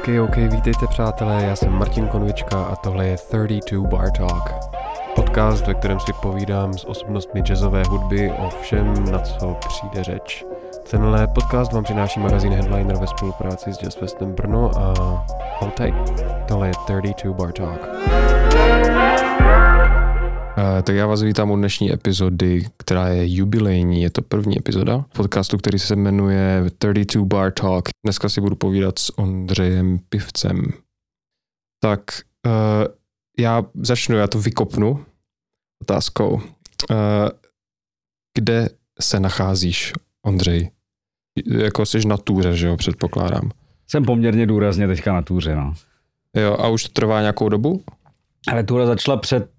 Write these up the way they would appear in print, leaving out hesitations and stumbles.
OK, vítejte přátelé, já jsem Martin Konvička a tohle je 32 Bar Talk. Podcast, ve kterém si povídám s osobnostmi jazzové hudby o všem, na co přijde řeč. Tenhle podcast vám přináší magazín Headliner ve spolupráci s Jazz Festem Brno a hold tight, tohle je 32 Bar Talk. Tak já vás vítám u dnešní epizody, která je jubilejní, je to první epizoda podcastu, který se jmenuje 32 Bar Talk. Dneska si budu povídat s Ondřejem Pivcem. Tak já to vykopnu otázkou. Kde se nacházíš, Ondřej? Jako jsi na túře, že jo, předpokládám. Jsem poměrně důrazně teďka na túře, no. Jo, a už to trvá nějakou dobu? Ale túra začala před...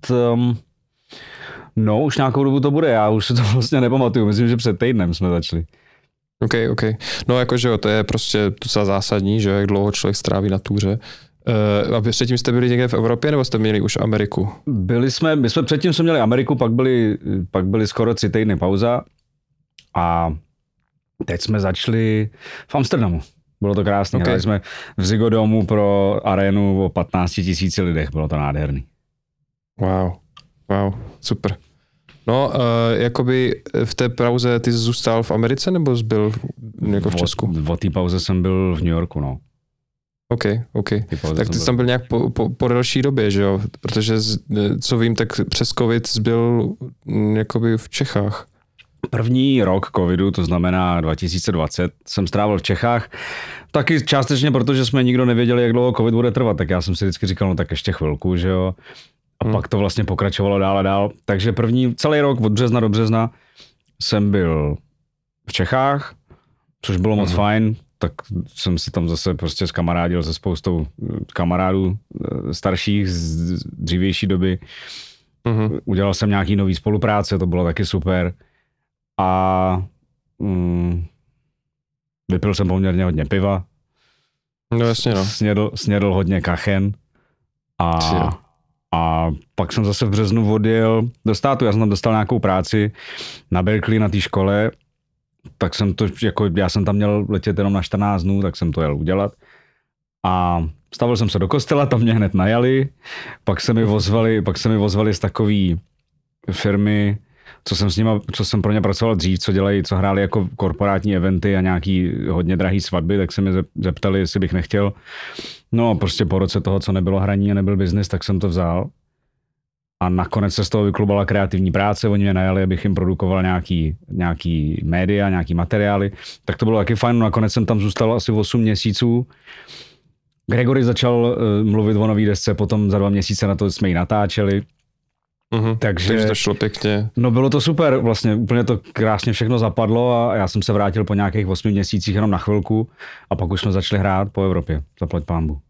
už nějakou dobu to bude, já už si to vlastně nepamatuju, myslím, že před týdnem jsme začali. OK. No jakože jo, to je prostě docela zásadní, že jak dlouho člověk stráví na túře. A předtím jste byli někde v Evropě, nebo jste měli už Ameriku? My jsme předtím měli Ameriku, pak byly skoro 3 týdny pauza a teď jsme začali v Amsterdamu. Bylo to krásné, okay. Jsme v Zygodomu pro arénu o 15 000 lidech, bylo to nádherný. Wow, super. No, jakoby v té pauze ty jsi zůstal v Americe, nebo jsi byl jako v Česku? O té pauze jsem byl v New Yorku, no. OK. Tak ty jsi tam byl nějak po delší době, že jo? Protože, co vím, tak přes covid jsi byl jakoby v Čechách. První rok covidu, to znamená 2020, jsem strávil v Čechách. Taky částečně, protože jsme nikdo nevěděli, jak dlouho covid bude trvat, tak já jsem si vždycky říkal, no tak ještě chvilku, že jo. A pak to vlastně pokračovalo dál a dál. Takže celý rok od března do března jsem byl v Čechách, což bylo moc fajn. Tak jsem si tam zase prostě zkamarádil se spoustou kamarádů starších z dřívější doby. Udělal jsem nějaký nový spolupráce, to bylo taky super. A vypil jsem poměrně hodně piva. No jasně, no. Snědl hodně kachen. A pak jsem zase v březnu odjel do státu. Já jsem tam dostal nějakou práci na Berkeley na té škole. Tak já jsem tam měl letět jenom na 14 dnů, tak jsem to jel udělat. A stavil jsem se do kostela, tam mě hned najali. Pak se mi vozvali z takový firmy, co jsem pro ně pracoval dřív, co hráli jako korporátní eventy a nějaký hodně drahý svatby, tak se mi zeptali, jestli bych nechtěl. No prostě po roce toho, co nebylo hraní a nebyl biznis, tak jsem to vzal. A nakonec se z toho vyklubala kreativní práce, oni mě najali, abych jim produkoval nějaký média, nějaký materiály. Tak to bylo taky fajn, nakonec jsem tam zůstal asi 8 měsíců. Gregory začal mluvit o nový desce, potom za 2 měsíce na to jsme ji natáčeli. Takže to šlo pěkně. No bylo to super, vlastně úplně to krásně všechno zapadlo a já jsem se vrátil po nějakých 8 měsících jenom na chvilku a pak už jsme začali hrát po Evropě, zaplať pánbu.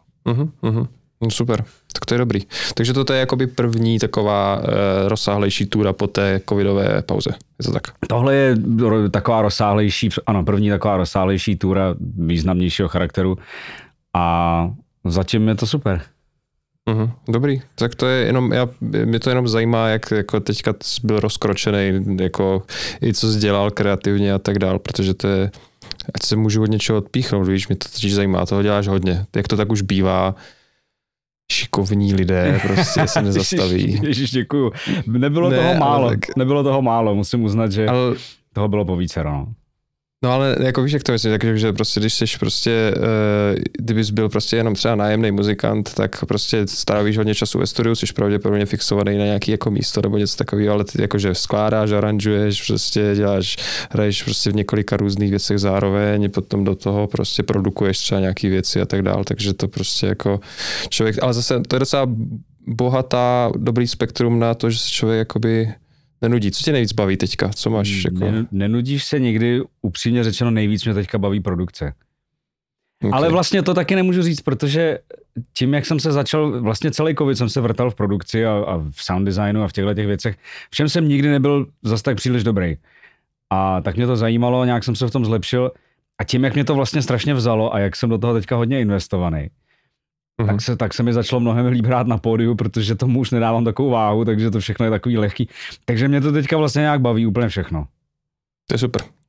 No super, tak to je dobrý. Takže to je jakoby první taková rozsáhlejší túra po té covidové pauze, je to tak? Tohle je taková první taková rozsáhlejší túra významnějšího charakteru a zatím je to super. Dobrý, tak to je jenom, mě to jenom zajímá, jak jako teďka byl rozkročený, jako i co jsi dělal kreativně a tak dál, protože to je, ať se můžu od něčeho odpíchnout, víš, mě to totiž zajímá, toho děláš hodně, jak to tak už bývá, šikovní lidé prostě se nezastaví. Ježiš, děkuju. Nebylo toho málo, musím uznat, že toho bylo povícero, no. No ale jako víš, jak to myslím, takže prostě když jsi prostě, kdybys byl prostě jenom třeba nájemný muzikant, tak prostě strávíš hodně času ve studiu, jsi pravděpodobně fixovaný na nějaký jako místo nebo něco takového, ale ty jakože skládáš, aranžuješ, prostě hraješ prostě v několika různých věcech zároveň, potom do toho prostě produkuješ třeba nějaký věci a tak dál, takže to prostě jako člověk, ale zase to je docela bohatá, dobrý spektrum na to, že se člověk jakoby nenudí. Co tě nejvíc baví teďka? Co máš? Jako? Nenudíš se nikdy, upřímně řečeno, nejvíc mě teďka baví produkce. Okay. Ale vlastně to taky nemůžu říct, protože tím, jak jsem se začal, vlastně celý covid jsem se vrtal v produkci a v sound designu a v těchto těch věcech, všem jsem nikdy nebyl zase tak příliš dobrý. A tak mě to zajímalo, nějak jsem se v tom zlepšil a tím, jak mě to vlastně strašně vzalo a jak jsem do toho teďka hodně investovaný, tak se mi začalo mnohem líp hrát na pódiu, protože tomu už nedávám takovou váhu, takže to všechno je takový lehký. Takže mě to teďka vlastně nějak baví úplně všechno. To je super.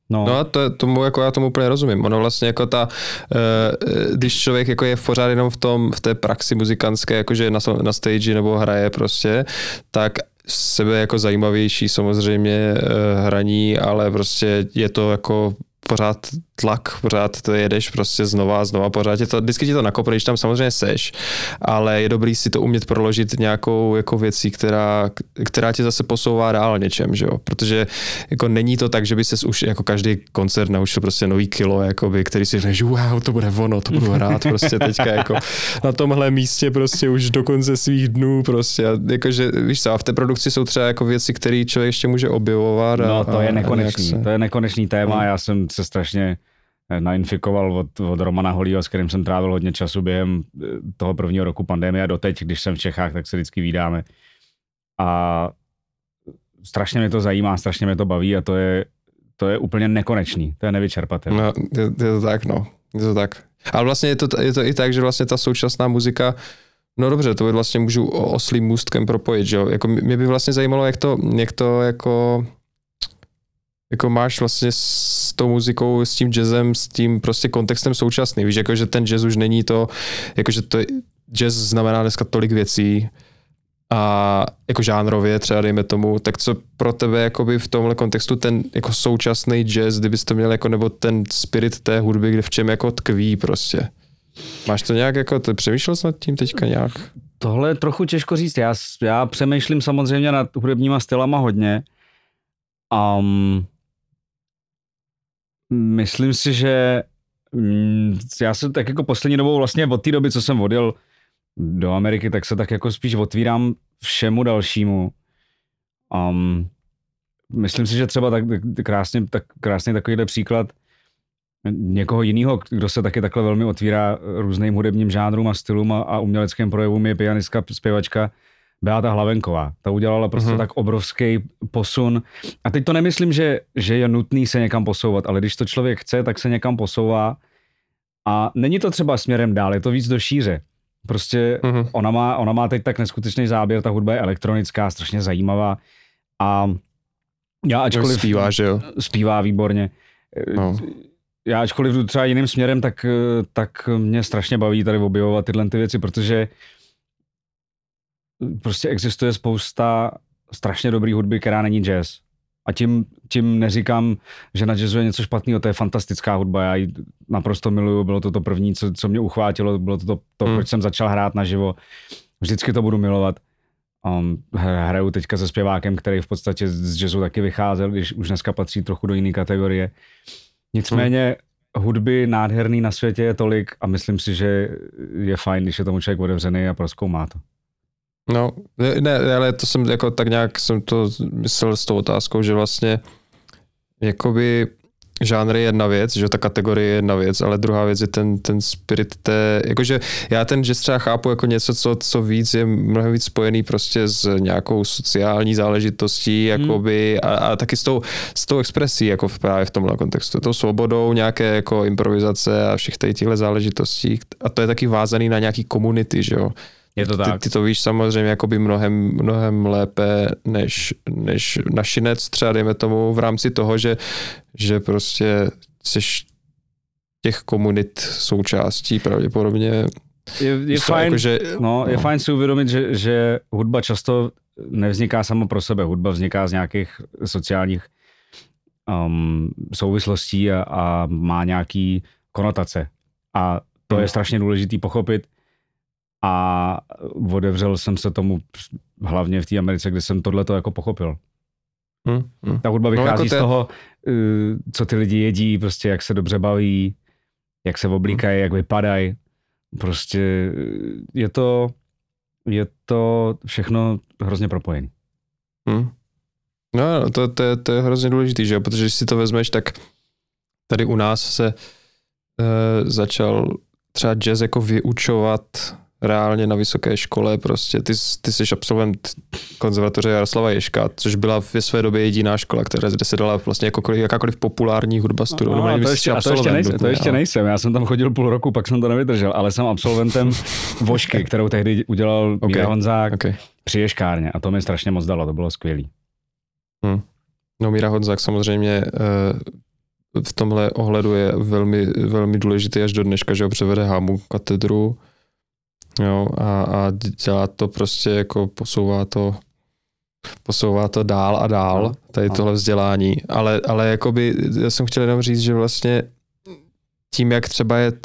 No a tomu, jako já tomu úplně rozumím. Ono vlastně jako když člověk jako je pořád jenom v té praxi muzikantské, jakože na stage nebo hraje prostě, tak sebe jako zajímavější samozřejmě hraní, ale prostě je to jako pořád tlak, pořád to jedeš prostě znova, pořád vždycky ti to nakopne, když tam samozřejmě seš, ale je dobrý si to umět proložit nějakou jako věcí, která tě zase posouvá dál něčem, že jo, protože jako není to tak, že by ses už jako každý koncert naučil prostě nový kilo, jakoby, který si řekneš, wow, to bude ono, to budu hrát prostě teďka jako na tomhle místě prostě už do konce svých dnů prostě, jakože víš co, a v té produkci jsou třeba jako věci, které člověk ještě může objevovat. No to je nekonečný, to je nekonečný téma, já jsem se strašně nainfikoval od Romana Holího, s kterým jsem trávil hodně času během toho prvního roku pandemie a doteď, když jsem v Čechách, tak se vždycky vídáme. A strašně mě to zajímá, strašně mě to baví a to je úplně nekonečný, to je nevyčerpatelné. No, je to tak, no. Je to tak. Ale vlastně je to i tak, že vlastně ta současná muzika, no dobře, to vlastně můžu oslým můstkem propojit, že jo. Jako mě by vlastně zajímalo, jak to jako máš vlastně s tou muzikou, s tím jazzem, s tím prostě kontextem současný. Víš, jako, že ten jazz už není to, jakože to jazz znamená dneska tolik věcí a jako žánrově třeba dejme tomu, tak co pro tebe jakoby v tomhle kontextu ten jako současný jazz, kdybyste měl jako, nebo ten spirit té hudby, kde v čem jako tkví prostě. Máš to nějak jako, přemýšlel jsi nad tím teďka nějak? Tohle je trochu těžko říct, já přemýšlím samozřejmě nad hudebníma stylama hodně. Myslím si, že já se tak jako poslední dobou vlastně od té doby, co jsem odjel do Ameriky, tak se tak jako spíš otvírám všemu dalšímu. Myslím si, že třeba tak krásně takovýhle příklad někoho jiného, kdo se taky takhle velmi otvírá různým hudebním žánrům a stylům a uměleckým projevům, je pianistka, zpěvačka Beata Hlavenková. Ta udělala prostě tak obrovský posun. A teď to nemyslím, že je nutný se někam posouvat, ale když to člověk chce, tak se někam posouvá. A není to třeba směrem dál, je to víc do šíře. Prostě ona má teď tak neskutečný záběr, ta hudba je elektronická, strašně zajímavá. A já ačkoliv... Zpívá, že jo? Zpívá výborně. No. Já ačkoliv jdu třeba jiným směrem, tak mě strašně baví tady objevovat tyhle ty věci, protože prostě existuje spousta strašně dobrý hudby, která není jazz. A tím neříkám, že na jazzu je něco špatného, to je fantastická hudba, já ji naprosto miluju, bylo to první, co mě uchvátilo, bylo to proč jsem začal hrát naživo. Vždycky to budu milovat. Hraju teďka se zpěvákem, který v podstatě z jazzu taky vycházel, když už dneska patří trochu do jiné kategorie. Nicméně hudby nádherný na světě je tolik a myslím si, že je fajn, když je tomu člověk otevřený a prozkoumá to. No, ne, ale to jsem jako tak nějak jsem to myslel s tou otázkou, že vlastně jakoby žánr je jedna věc, že ta kategorie je jedna věc, ale druhá věc je ten spirit té, jakože já ten jazz třeba chápu jako něco, co víc je mnohem víc spojený prostě s nějakou sociální záležitostí, jakoby a taky s tou expresí, jako právě v tomhle kontextu, tou svobodou, nějaké jako improvizace a všech těchto záležitostí a to je taky vázaný na nějaký komunity, že jo. Je to tak. Ty to víš samozřejmě jakoby mnohem lépe než našinec třeba dejme tomu v rámci toho, že prostě seš těch komunit součástí pravděpodobně. Je fajn, jako, že, je fajn si uvědomit, že hudba často nevzniká sama pro sebe. Hudba vzniká z nějakých sociálních souvislostí a má nějaký konotace. A to je strašně důležitý pochopit. A odevřel jsem se tomu hlavně v té Americe, kde jsem tohleto jako pochopil. Ta hudba vychází z toho, co ty lidi jedí, prostě jak se dobře baví, jak se oblíkají, jak vypadají. Prostě je to všechno hrozně propojené. No, to je hrozně důležitý, že jo? Protože když si to vezmeš, tak tady u nás se začal třeba jazz jako vyučovat reálně na vysoké škole, prostě ty jsi absolvent konzervatoře Jaroslava Ježka, což byla ve své době jediná škola, kde se dala vlastně jakákoliv populární hudba studovat. To ještě nejsem, já jsem tam chodil půl roku, pak jsem to nevydržel, ale jsem absolventem Vošky, kterou tehdy udělal Míra Honzák při Ješkárně a to mi strašně moc dalo, to bylo skvělý. No Míra Honzák samozřejmě v tomhle ohledu je velmi, velmi důležitý až do dneška, že ho převede Hamu katedru, jo, a dělá to prostě jako posouvá to dál a dál, tady tohle vzdělání, ale jakoby, já jsem chtěl jenom říct, že vlastně tím, jak třeba je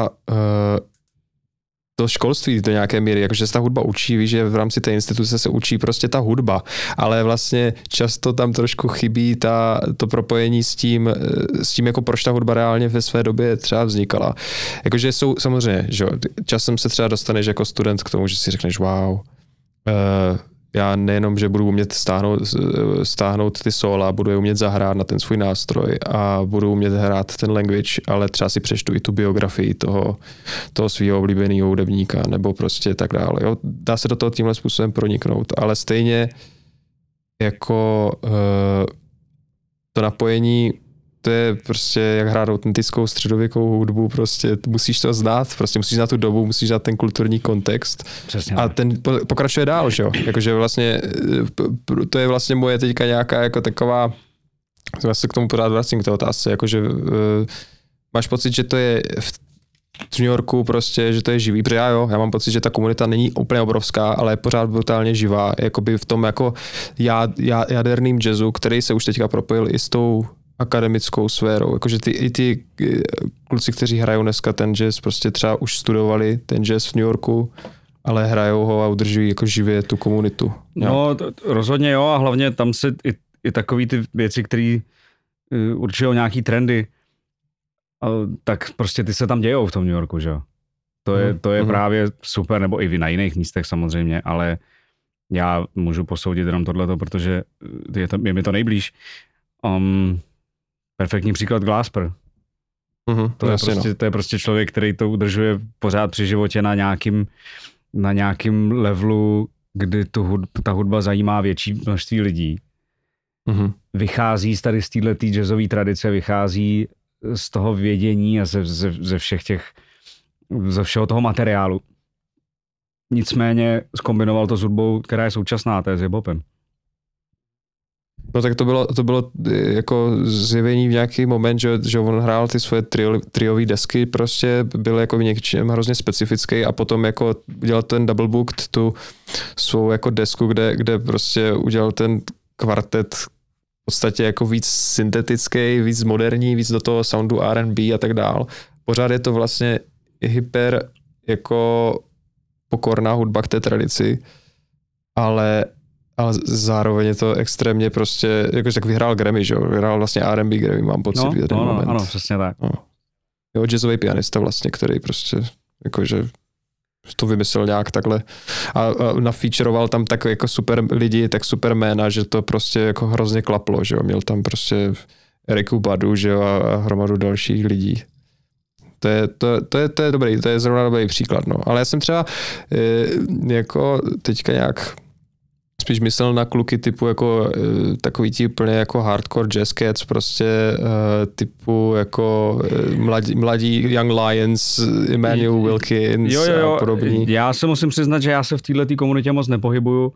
to školství do nějaké míry, jakože se ta hudba učí, víš, že v rámci té instituce se učí prostě ta hudba, ale vlastně často tam trošku chybí to propojení s tím jako proč ta hudba reálně ve své době třeba vznikala. Jakože jsou samozřejmě, že časem se třeba dostaneš jako student k tomu, že si řekneš wow, já nejenom, že budu umět stáhnout ty sóla, budu je umět zahrát na ten svůj nástroj a budu umět hrát ten language, ale třeba si přečtu i tu biografii toho svého oblíbeného hudebníka nebo prostě tak dále. Jo? Dá se do toho tímhle způsobem proniknout, ale stejně jako to napojení, to je prostě jak hrát autentickou středověkou hudbu, prostě musíš to znát, prostě musíš znát tu dobu, musíš znát ten kulturní kontext. Přesně. A ten pokračuje dál, že jo? Jakože vlastně to je vlastně moje teďka nějaká jako taková, já se k tomu pořád vracím k té otázce, jakože máš pocit, že to je v New Yorku prostě, že to je živý, protože já mám pocit, že ta komunita není úplně obrovská, ale je pořád brutálně živá, jakoby v tom jako jaderným jazzu, který se už teďka propojil i s tou akademickou sférou, jakože ty kluci, kteří hrajou dneska ten jazz, prostě třeba už studovali ten jazz v New Yorku, ale hrajou ho a udržují jako živě tu komunitu. No rozhodně jo a hlavně tam se i takový ty věci, které určují nějaký trendy, tak prostě ty se tam dějou v tom New Yorku, že jo. To je právě super, nebo i na jiných místech samozřejmě, ale já můžu posoudit jenom tohleto, protože je mi to nejblíž. Perfektní příklad Glasper. To je prostě člověk, který to udržuje pořád při životě na nějakým levelu, kdy ta hudba zajímá větší množství lidí. Vychází z tady z této jazzové tradice, vychází z toho vědění a ze všeho toho materiálu. Nicméně zkombinoval to s hudbou, která je současná, to je s hip-hopem. No tak to bylo jako zjevení v nějaký moment, že on hrál ty svoje triové desky, prostě byl jako v něčem hrozně specifický a potom jako udělal ten double booked, tu svou jako desku, kde prostě udělal ten kvartet v podstatě jako víc syntetický, víc moderní, víc do toho soundu R&B a tak dál. Pořád je to vlastně hyper jako pokorná hudba k té tradici, ale zároveň je to extrémně prostě, jakože tak vyhrál Grammy, že jo? Vyhrál vlastně R&B Grammy, mám pocit v jeden moment. Ano, přesně tak. No. Jo, jazzový pianista vlastně, který prostě jakože to vymyslel nějak takhle a nafeaturoval tam tak jako super lidi, tak super jména, že to prostě jako hrozně klaplo, že jo? Měl tam prostě Eriku Badu, že jo? A hromadu dalších lidí. To je dobrý, to je zrovna dobrý příklad, no. Ale já jsem třeba jako teďka nějak spíš myslel na kluky typu jako takový ti úplně jako hardcore jazz cats, prostě typu jako mladí Young Lions, Emmanuel Wilkins a podobní. Já se musím přiznat, že já se v této komunitě moc nepohybuju.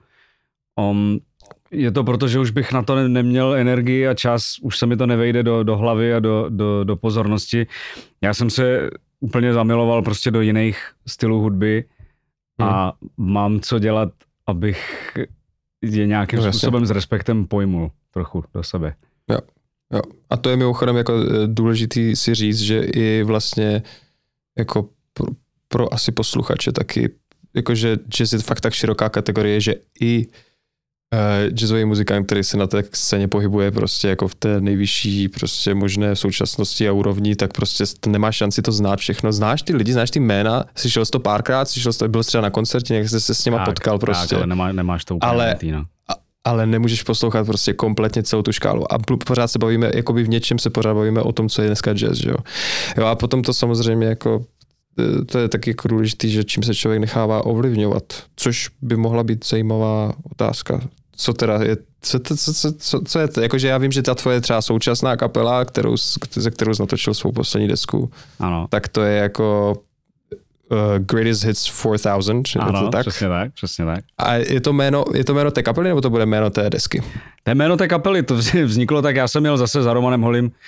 Je to proto, že už bych na to neměl energii a čas, už se mi to nevejde do hlavy a do pozornosti. Já jsem se úplně zamiloval prostě do jiných stylů hudby a mám co dělat, abych je nějakým způsobem s respektem pojmul trochu do sebe. Jo. A to je mimochodem jako důležitý si říct, že i vlastně jako pro asi posluchače taky, jakože jazz je fakt tak široká kategorie, že i jazzový muzikant, který se na té scéně pohybuje prostě jako v té nejvyšší prostě možné současnosti a úrovni, tak prostě nemáš šanci to znát všechno. Znáš ty lidi, znáš ty jména, slyšel jsi to párkrát, byl třeba na koncertě, někdy jsi se s nima potkal prostě. Tak, ale nemáš to úplně ale nemůžeš poslouchat prostě kompletně celou tu škálu. A pořád se bavíme, jakoby v něčem se pořád bavíme o tom, co je dneska jazz, že jo. Jo, a potom to samozřejmě jako to je taky jako důležitý, že čím se člověk nechává ovlivňovat, což by mohla být zajímavá otázka. Co teda je, co je to? Jakože já vím, že ta tvoje třeba současná kapela, ze kterou jsi natočil svou poslední desku, ano. Tak to je jako Greatest Hits 4000. Ano, to tak? Přesně tak. A je to jméno té kapely, nebo to bude jméno té desky? To je jméno té kapely, to vzniklo tak, já jsem měl zase za Romanem Holým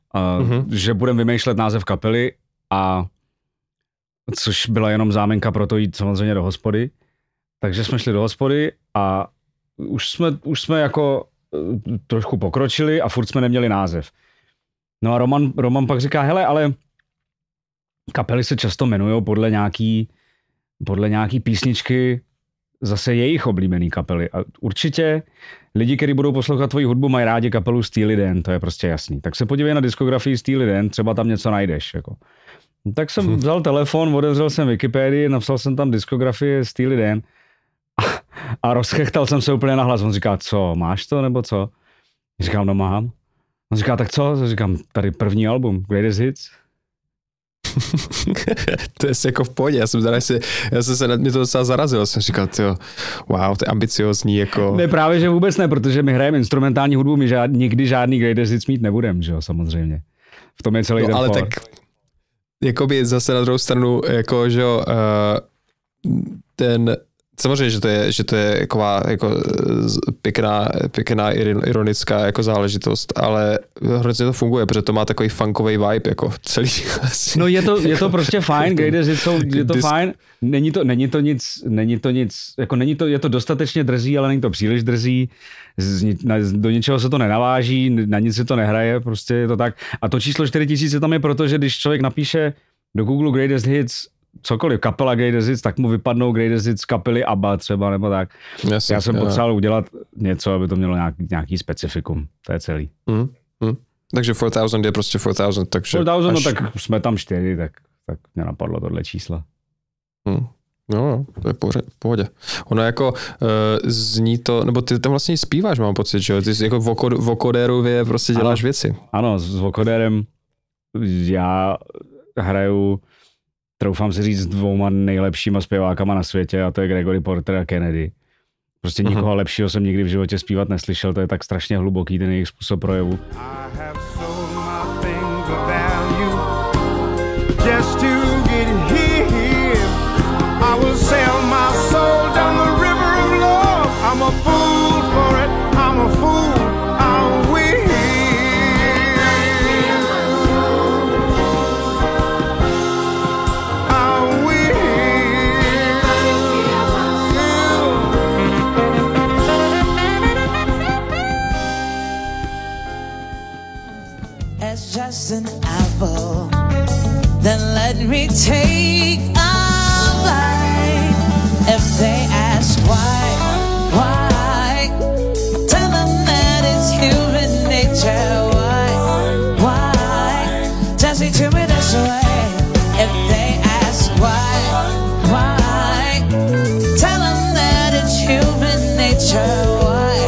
že budeme vymýšlet název kapely a což byla jenom záminka pro to jít samozřejmě do hospody. Takže jsme šli do hospody a už jsme jako trošku pokročili a furt jsme neměli název. No a Roman pak říká, hele, ale kapely se často jmenujou podle nějaký písničky zase jejich oblíbený kapely. A určitě lidi, kteří budou poslouchat tvoji hudbu, mají rádi kapelu Steely Dan, to je prostě jasný. Tak se podívej na diskografii Steely Dan, třeba tam něco najdeš. Jako. Tak jsem vzal telefon, otevřel jsem Wikipedii, napsal jsem tam diskografii Steely Dan a rozchechtal jsem se úplně nahlas. On říká, co, máš to nebo co? Říkám, no mám. On říká, tak co? Říkám, tady první album, Greatest Hits. To je jako v pohodě, já jsem se mě to docela zarazilo, jsem říkal, tyjo, wow, to je ambiciozní, jako. Ne, právě, že vůbec ne, protože my hrajeme instrumentální hudbu, my nikdy žádný Greatest Hits mít nebudeme, že jo, samozřejmě. V tom je celý ten ale tak, jakoby zase na druhou stranu, jako, že jo, samozřejmě, že to je jako pěkná ironická jako záležitost, ale hrozně to funguje, protože to má takový funkový vibe, jako celý. No je to prostě fajn, Greatest Hits je to fajn, není to nic, jako je to dostatečně drzí, ale není to příliš drzí, do ničeho se to nenaváží, na nic se to nehraje, prostě je to tak. A to číslo 4000 tam je proto, že když člověk napíše do Google Greatest Hits cokoliv, kapela Greatest Hits, tak mu vypadnou Greatest Hits kapely ABBA třeba, nebo tak. Jasně, já jsem potřeboval udělat něco, aby to mělo nějaký specifikum. To je celý. Takže 4000 je prostě 4000. Takže 4000, no tak jsme tam 4, tak mě napadlo tohle číslo. No, to je pohodě. Ono jako zní to, nebo ty tam vlastně zpíváš, mám pocit, že jo? Ty jako v Vokoderově prostě děláš věci. Ano, s Vokoderem já hraju, troufám si říct, 2 nejlepšíma zpěvákama na světě, a to je Gregory Porter a Kennedy. Prostě nikoho lepšího jsem nikdy v životě zpívat neslyšel, to je tak strašně hluboký ten jejich způsob projevu. Just an apple, then let me take a bite. If they ask why, tell them that it's human nature. Why, just say to me this way. If they ask why, tell them that it's human nature.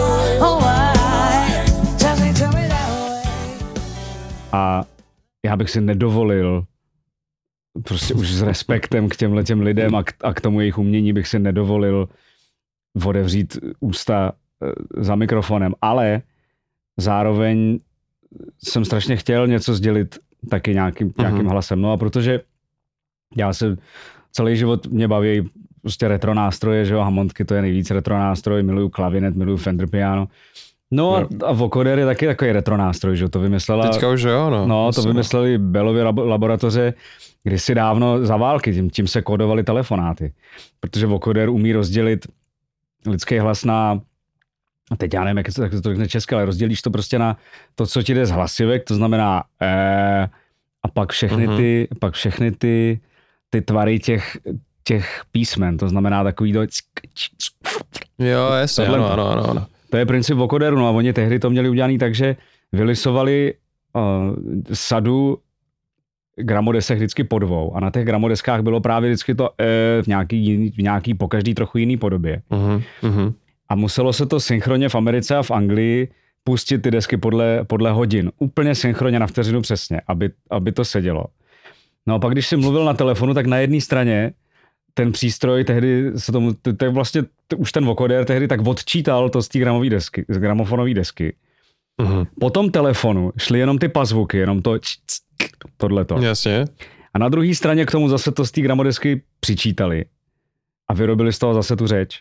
A já bych si nedovolil, prostě už s respektem k těmhletěm lidem a k tomu jejich umění bych si nedovolil otevřít ústa za mikrofonem, ale zároveň jsem strašně chtěl něco sdělit taky nějakým hlasem. No a protože já se celý život mě baví prostě retro nástroje, že jo, Hammondky, to je nejvíc retro nástroj, miluju klavinet, miluju Fender piano. No a Vocoder je taky takový retro nástroj, že to vymyslela. Teďka už jo, no. No, to vymysleli Bellovy laboratoře kdysi dávno za války, tím se kódovaly telefonáty. Protože Vocoder umí rozdělit lidský hlas na, a teď já nevím, jak se to řekne česky, ale rozdělíš to prostě na to, co ti jde z hlasivek, to znamená a pak všechny ty tvary těch písmen, to znamená takový do... Jo, jasně, ano. To je princip Vocoderu, no a oni tehdy to měli udělaný tak, že vylisovali sadu gramodesek vždycky po 2 a na těch gramodeskách bylo právě vždycky to v nějaký po každý trochu jiný podobě. A muselo se to synchronně v Americe a v Anglii pustit ty desky podle hodin. Úplně synchronně na vteřinu přesně, aby to sedělo. No a pak, když jsem mluvil na telefonu, tak na jedné straně ten přístroj tehdy se tomu, vlastně už ten Vocoder tehdy tak odčítal to z té gramofonové desky. Po tom telefonu šly jenom ty pazvuky, jenom to tohleto. Jasně. A na druhé straně k tomu zase to z té gramodesky přičítali a vyrobili z toho zase tu řeč.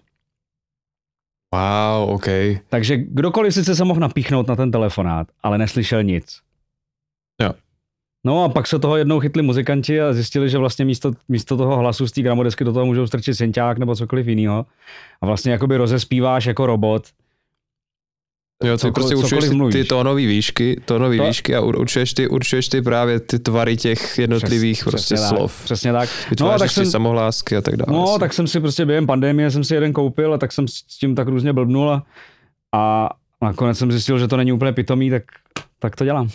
Wow, OK. Takže kdokoliv sice se mohl napíchnout na ten telefonát, ale neslyšel nic. Jo. No a pak se toho jednou chytli muzikanti a zjistili, že vlastně místo toho hlasu z té gramodesky do toho můžou strčit synťák nebo cokoliv jiného. A vlastně jakoby rozespíváš jako robot. Jo, ty prostě určuješ ty tónové výšky a určuješ ty právě ty tvary těch jednotlivých prostě slov. Přesně tak. Vytváříš ty samohlásky a tak dále. No, tak jsem si prostě během pandemie jsem si jeden koupil a tak jsem s tím tak různě blbnul a nakonec jsem zjistil, že to není úplně pitomý, tak to dělám.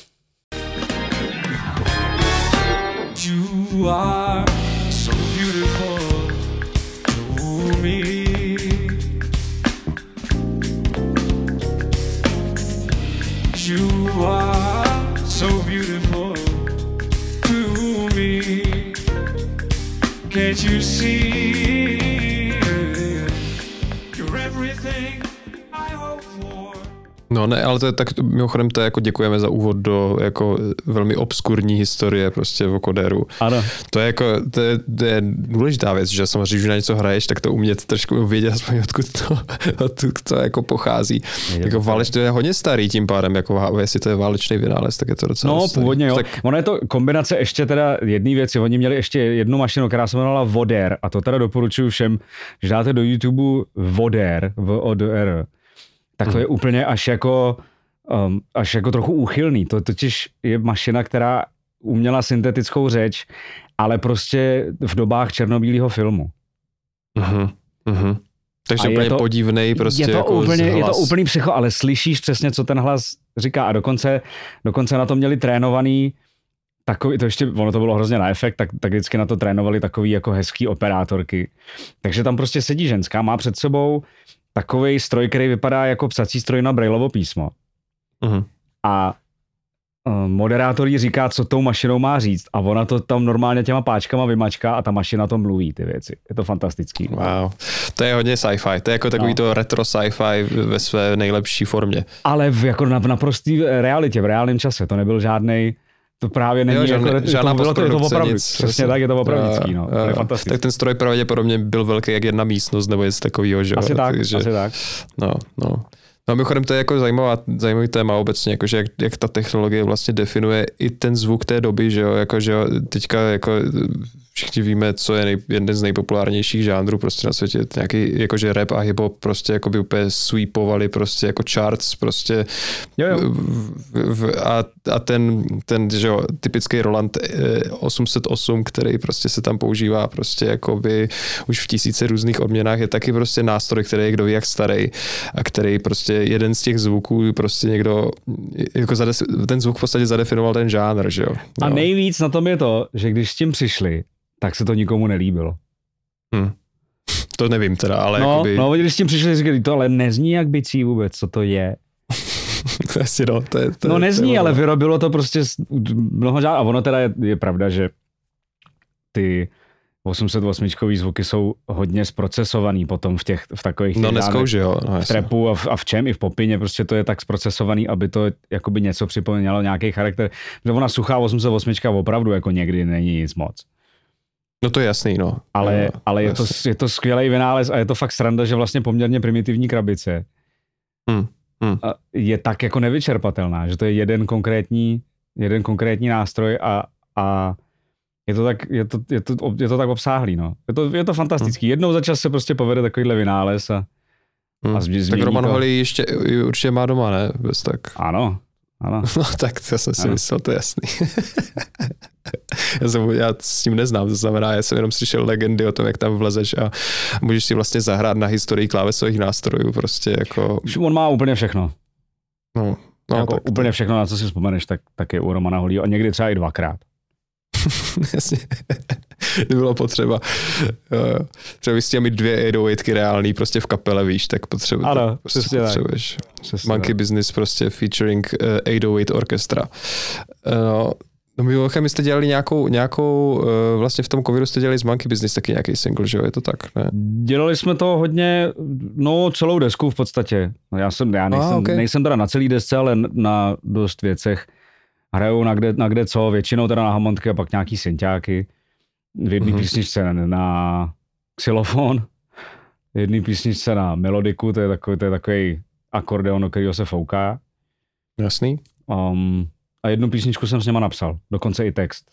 You are so beautiful to me. You are so beautiful to me. Can't you see? You're everything I hope for. No ne, ale to je tak, mimochodem to je jako děkujeme za úvod do jako velmi obskurní historie prostě vokoderu. Ano. To je jako, to je důležitá věc, že samozřejmě, když na něco hraješ, tak to umět trošku vědět aspoň odkud to jako pochází. Jako to je hodně starý tím pádem, jako jestli to je válečný vynález, tak je to docela no, starý. Původně jo. Tak... Ono je to kombinace ještě teda jedné věci, oni měli ještě jednu mašinu, která se jmenovala Voder a to teda doporučuji všem, že dáte do YouTube Voder, VODR, tak to je úplně až jako trochu úchylný. To totiž je mašina, která uměla syntetickou řeč, ale prostě v dobách černobílého filmu. Takže úplně podivnej prostě jako hlas. Je to úplný psycho, ale slyšíš přesně, co ten hlas říká a dokonce na to měli trénovaný takový, ono to bylo hrozně na efekt, tak vždycky na to trénovali takový jako hezký operátorky. Takže tam prostě sedí ženská, má před sebou takovej stroj, který vypadá jako psací stroj na Braillovo písmo. A moderátor jí říká, co tou mašinou má říct a ona to tam normálně těma páčkama vymačká a ta mašina to mluví, ty věci. Je to fantastický. Wow. To je hodně sci-fi. To je jako takový to retro sci-fi ve své nejlepší formě. Ale jako na prostý realitě, v reálném čase. To nebyl žádnej. To právě není žádná postprodukce, nic. Přesně tak, je to opravdický, no. To je fantastické. Tak ten stroj pravděpodobně byl velký jak jedna místnost, nebo něco takového, že? Asi tak. No mimochodem to je jako zajímavý téma obecně, jakože jak ta technologie vlastně definuje i ten zvuk té doby, že jo, teďka jako všichni víme, co je jeden z nejpopulárnějších žánrů prostě na světě, nějaký jakože rap a hip-hop prostě jako by úplně sweepovali prostě jako charts prostě a ten že jo, typický Roland 808, který prostě se tam používá prostě jakoby už v tisíce různých odměnách, je taky prostě nástroj, který je kdo ví jak starý a který prostě jeden z těch zvuků prostě někdo jako ten zvuk v podstatě zadefinoval ten žánr, že jo. A nejvíc na tom je to, že když s tím přišli, tak se to nikomu nelíbilo. To nevím teda, ale jakoby... No, když s tím přišli, říkali, to ale nezní jak bicí vůbec, co to je. Asi no nezní, ale vyrobilo to prostě mnoho žádný. A ono teda je pravda, že ty 808 zvuky jsou hodně zprocesovaný potom v takových v trapu a v čem i v popině, prostě to je tak zprocesovaný, aby to jakoby něco připomínalo, nějaký charakter. Že ona suchá 808 opravdu jako někdy není nic moc. No to je jasný, no. Ale je to skvělý vynález a je to fakt sranda, že vlastně poměrně primitivní krabice je tak jako nevyčerpatelná, že to je jeden konkrétní nástroj a je to tak obsáhlý, no. Je to fantastický. Jednou za čas se prostě povede takovýhle vynález a tak Roman Holý ještě určitě má doma, ne? Bez tak. Ano. No tak to jsem si myslel, to je jasný. Já s tím neznám, to znamená, já jsem jenom slyšel legendy o tom, jak tam vlezeš a můžeš si vlastně zahrát na historii klávesových nástrojů, prostě jako... On má úplně všechno. No jako tak úplně všechno, na co si vzpomeneš, tak je u Romana Holího a někdy třeba i 2krát. Jasně. Nebylo potřeba. Třeba bys chtěl mít 2 808 reální prostě v kapele, víš, tak potřebuješ. Monkey Business prostě featuring 808 orchestra. No mimochodem, jste dělali nějakou vlastně v tom covidu jste dělali z Monkey Business taky nějaký single, že jo, je to tak, ne? Dělali jsme to hodně, celou desku v podstatě. Já nejsem teda na celý desce, ale na dost věcech. Hrajou na kde co, většinou teda na hamontky a pak nějaký synťáky. V jedné písničce na xylofon, v jedné písničce na melodiku, to je takový akordeon, do kterého se fouká. Jasný. a jednu písničku jsem s něma napsal, dokonce i text.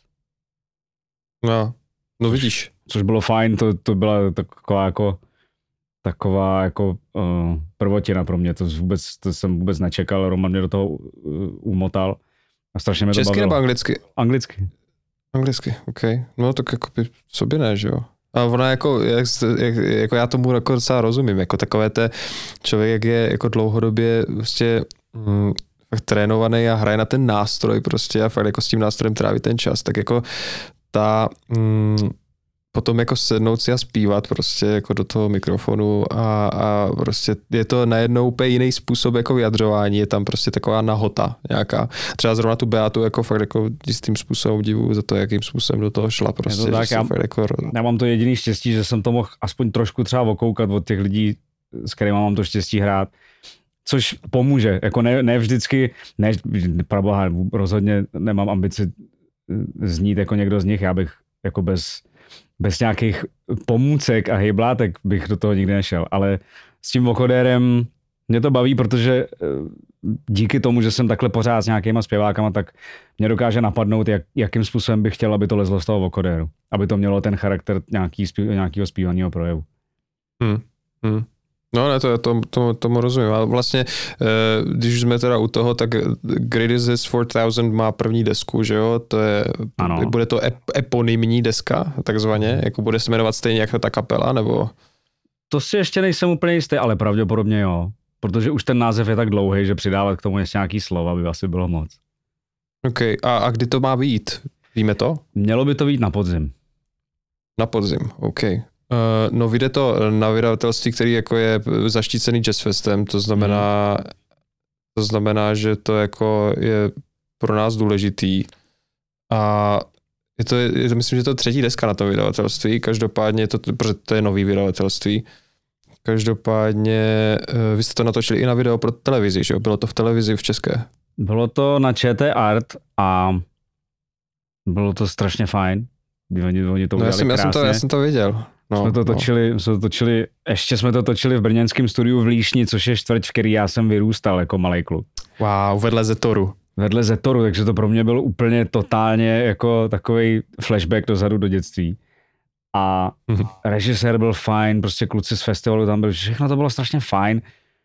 No vidíš. Což bylo fajn, to byla taková jako prvotina pro mě, to jsem vůbec nečekal, Roman mě do toho umotal a strašně mě to bavilo. Česky nebo anglicky? Anglicky. Anglicky, OK. No tak jako by sobě ne, že jo? A ona jako já tomu jako docela rozumím, jako takové té člověk, jak je jako dlouhodobě prostě fakt trénovaný a hraje na ten nástroj prostě a fakt jako s tím nástrojem tráví ten čas, tak jako potom jako sednout si a zpívat prostě jako do toho mikrofonu a prostě je to najednou úplně jiný způsob jako vyjadřování, je tam prostě taková nahota nějaká. Třeba zrovna tu Beatu jako fakt jako jistým způsobem divuju za to, jakým způsobem do toho šla prostě. Tak, já mám to jediný štěstí, že jsem to mohl aspoň trošku třeba okoukat od těch lidí, s kterými mám to štěstí hrát, což pomůže, jako ne vždycky, praboha, rozhodně nemám ambici znít jako někdo z nich, já bych jako bez nějakých pomůcek a hejblátek bych do toho nikdy nešel, ale s tím vokodérem mě to baví, protože díky tomu, že jsem takhle pořád s nějakýma zpěvákama, tak mě dokáže napadnout, jakým způsobem bych chtěl, aby to lezlo z toho vokodéru, aby to mělo ten charakter nějakého zpívaného projevu. No ne, tomu rozumím, ale vlastně, když jsme teda u toho, tak Greatest 4000 má první desku, že jo, bude to eponymní deska, takzvaně, jako bude se jmenovat stejně jako ta kapela, nebo? To si ještě nejsem úplně jistý, ale pravděpodobně jo, protože už ten název je tak dlouhý, že přidávat k tomu ještě nějaký slova by asi bylo moc. OK, a kdy to má vyjít? Víme to? Mělo by to vyjít na podzim. Na podzim, OK. No vyjde to na vydavatelství, který jako je zaštícený Jazzfestem, to znamená, že to jako je pro nás důležitý a myslím, že to je třetí deska na tom vydavatelství, každopádně protože to je nový vydavatelství, každopádně vy jste to natočili i na video pro televizi, že jo? Bylo to v televizi v České? Bylo to na ČT Art a bylo to strašně fajn. Oni to udělali krásně. Já jsem to věděl. Jsme to točili, ještě jsme to točili v brněnském studiu v Líšni, což je čtvrť, v který já jsem vyrůstal jako malej kluk. Wow, vedle Zetoru. Takže to pro mě bylo úplně totálně jako takovej flashback dozadu do dětství. A režisér byl fajn, prostě kluci z festivalu tam byli, všechno to bylo strašně fajn.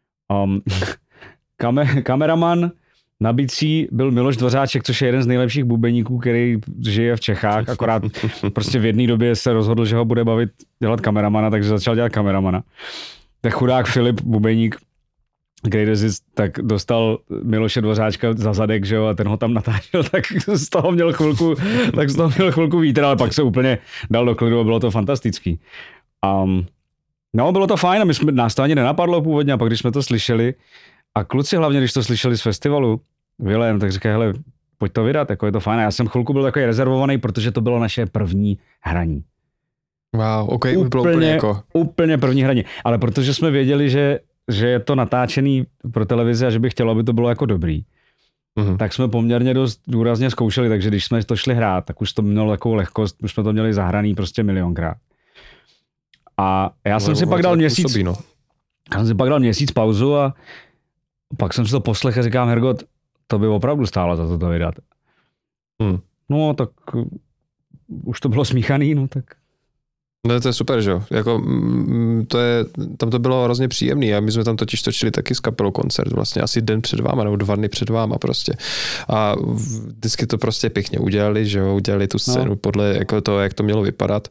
Kameraman na bicí byl Miloš Dvořáček, což je jeden z nejlepších bubeníků, který žije v Čechách, akorát prostě v jedné době se rozhodl, že ho bude bavit dělat kameramana, takže začal dělat kameramana. Tak chudák Filip, bubeník, Greatest, tak dostal Miloše Dvořáčka za zadek, že jo, a ten ho tam natáčel, tak z toho měl chvilku vítr, ale pak se úplně dal do klidu a bylo to fantastický. No, bylo to fajn a nás to ani nenapadlo původně, a pak když jsme to slyšeli, a kluci hlavně, když to slyšeli z festivalu, Vilém, tak říkají, hele, pojď to vydat, jako je to fajn. A já jsem chvilku byl takový rezervovaný, protože to bylo naše první hraní. Wow, OK, úplně první hraní. Ale protože jsme věděli, že je to natáčený pro televizi a že bych chtěl, aby to bylo jako dobrý, tak jsme poměrně dost důrazně zkoušeli, takže když jsme to šli hrát, tak už to mělo takovou lehkost, už jsme to měli zahraný prostě milionkrát. A já jsem si pak dal měsíc pauzu a pak jsem si to poslechl a říkám, Hergot, to by opravdu stálo za to vydat. No, tak už to bylo smíchaný, no tak. No to je super, že jo. Jako, tam to bylo hrozně příjemný a my jsme tam totiž točili taky s kapelou koncert, vlastně asi den před váma, nebo 2 dny před váma prostě. A vždycky to prostě pěkně udělali, že jo, udělali tu scénu podle jako toho, jak to mělo vypadat.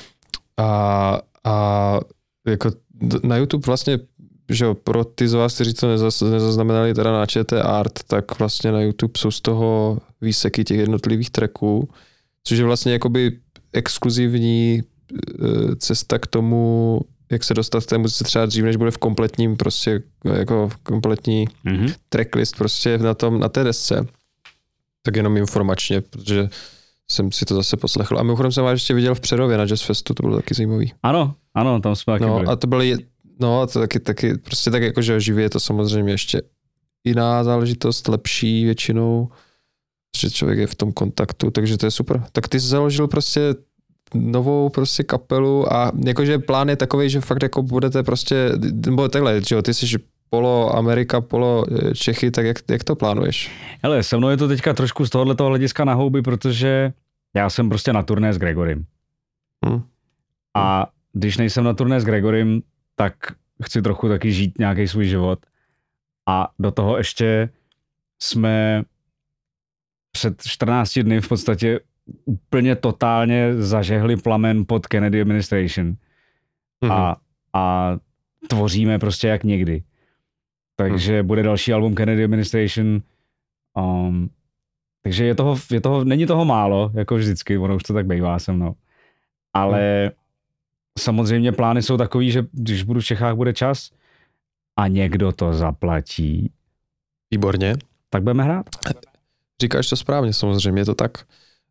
A jako na YouTube vlastně, že jo, pro ty z vás, kteří to nezaznamenali teda na ČT Art, tak vlastně na YouTube jsou z toho výseky těch jednotlivých tracků, což je vlastně jakoby exkluzivní cesta k tomu, jak se dostat k té muzice třeba dřív, než bude v kompletním prostě, jako v kompletní tracklist prostě na té desce. Tak jenom informačně, protože jsem si to zase poslechl. A mimochodem jsem vás ještě viděl v Přerově na Jazz Festu, to bylo taky zajímavý. Ano, tam jsme taky byli. A to byly, to taky prostě tak jako, že živě je to samozřejmě ještě jiná záležitost, lepší většinou, že člověk je v tom kontaktu, takže to je super. Tak ty jsi založil prostě novou prostě kapelu a jakože plán je takový, že fakt jako budete prostě, nebo takhle, že jo, ty jsi polo Amerika, polo Čechy, tak jak to plánuješ? Hele, se mnou je to teďka trošku z tohoto hlediska na houby, protože já jsem prostě na turné s Gregorym. A když nejsem na turné s Gregorym, tak chci trochu taky žít nějaký svůj život. A do toho ještě jsme před 14 dny v podstatě úplně totálně zažehli plamen pod Kennedy administration. A tvoříme prostě jak někdy. Takže bude další album Kennedy administration. Takže je toho, není toho málo, jako vždycky, ono už to tak bývá se mnou. Ale samozřejmě plány jsou takový, že když budu v Čechách, bude čas a někdo to zaplatí. Výborně. Tak budeme hrát. Říkáš to správně, samozřejmě je to tak.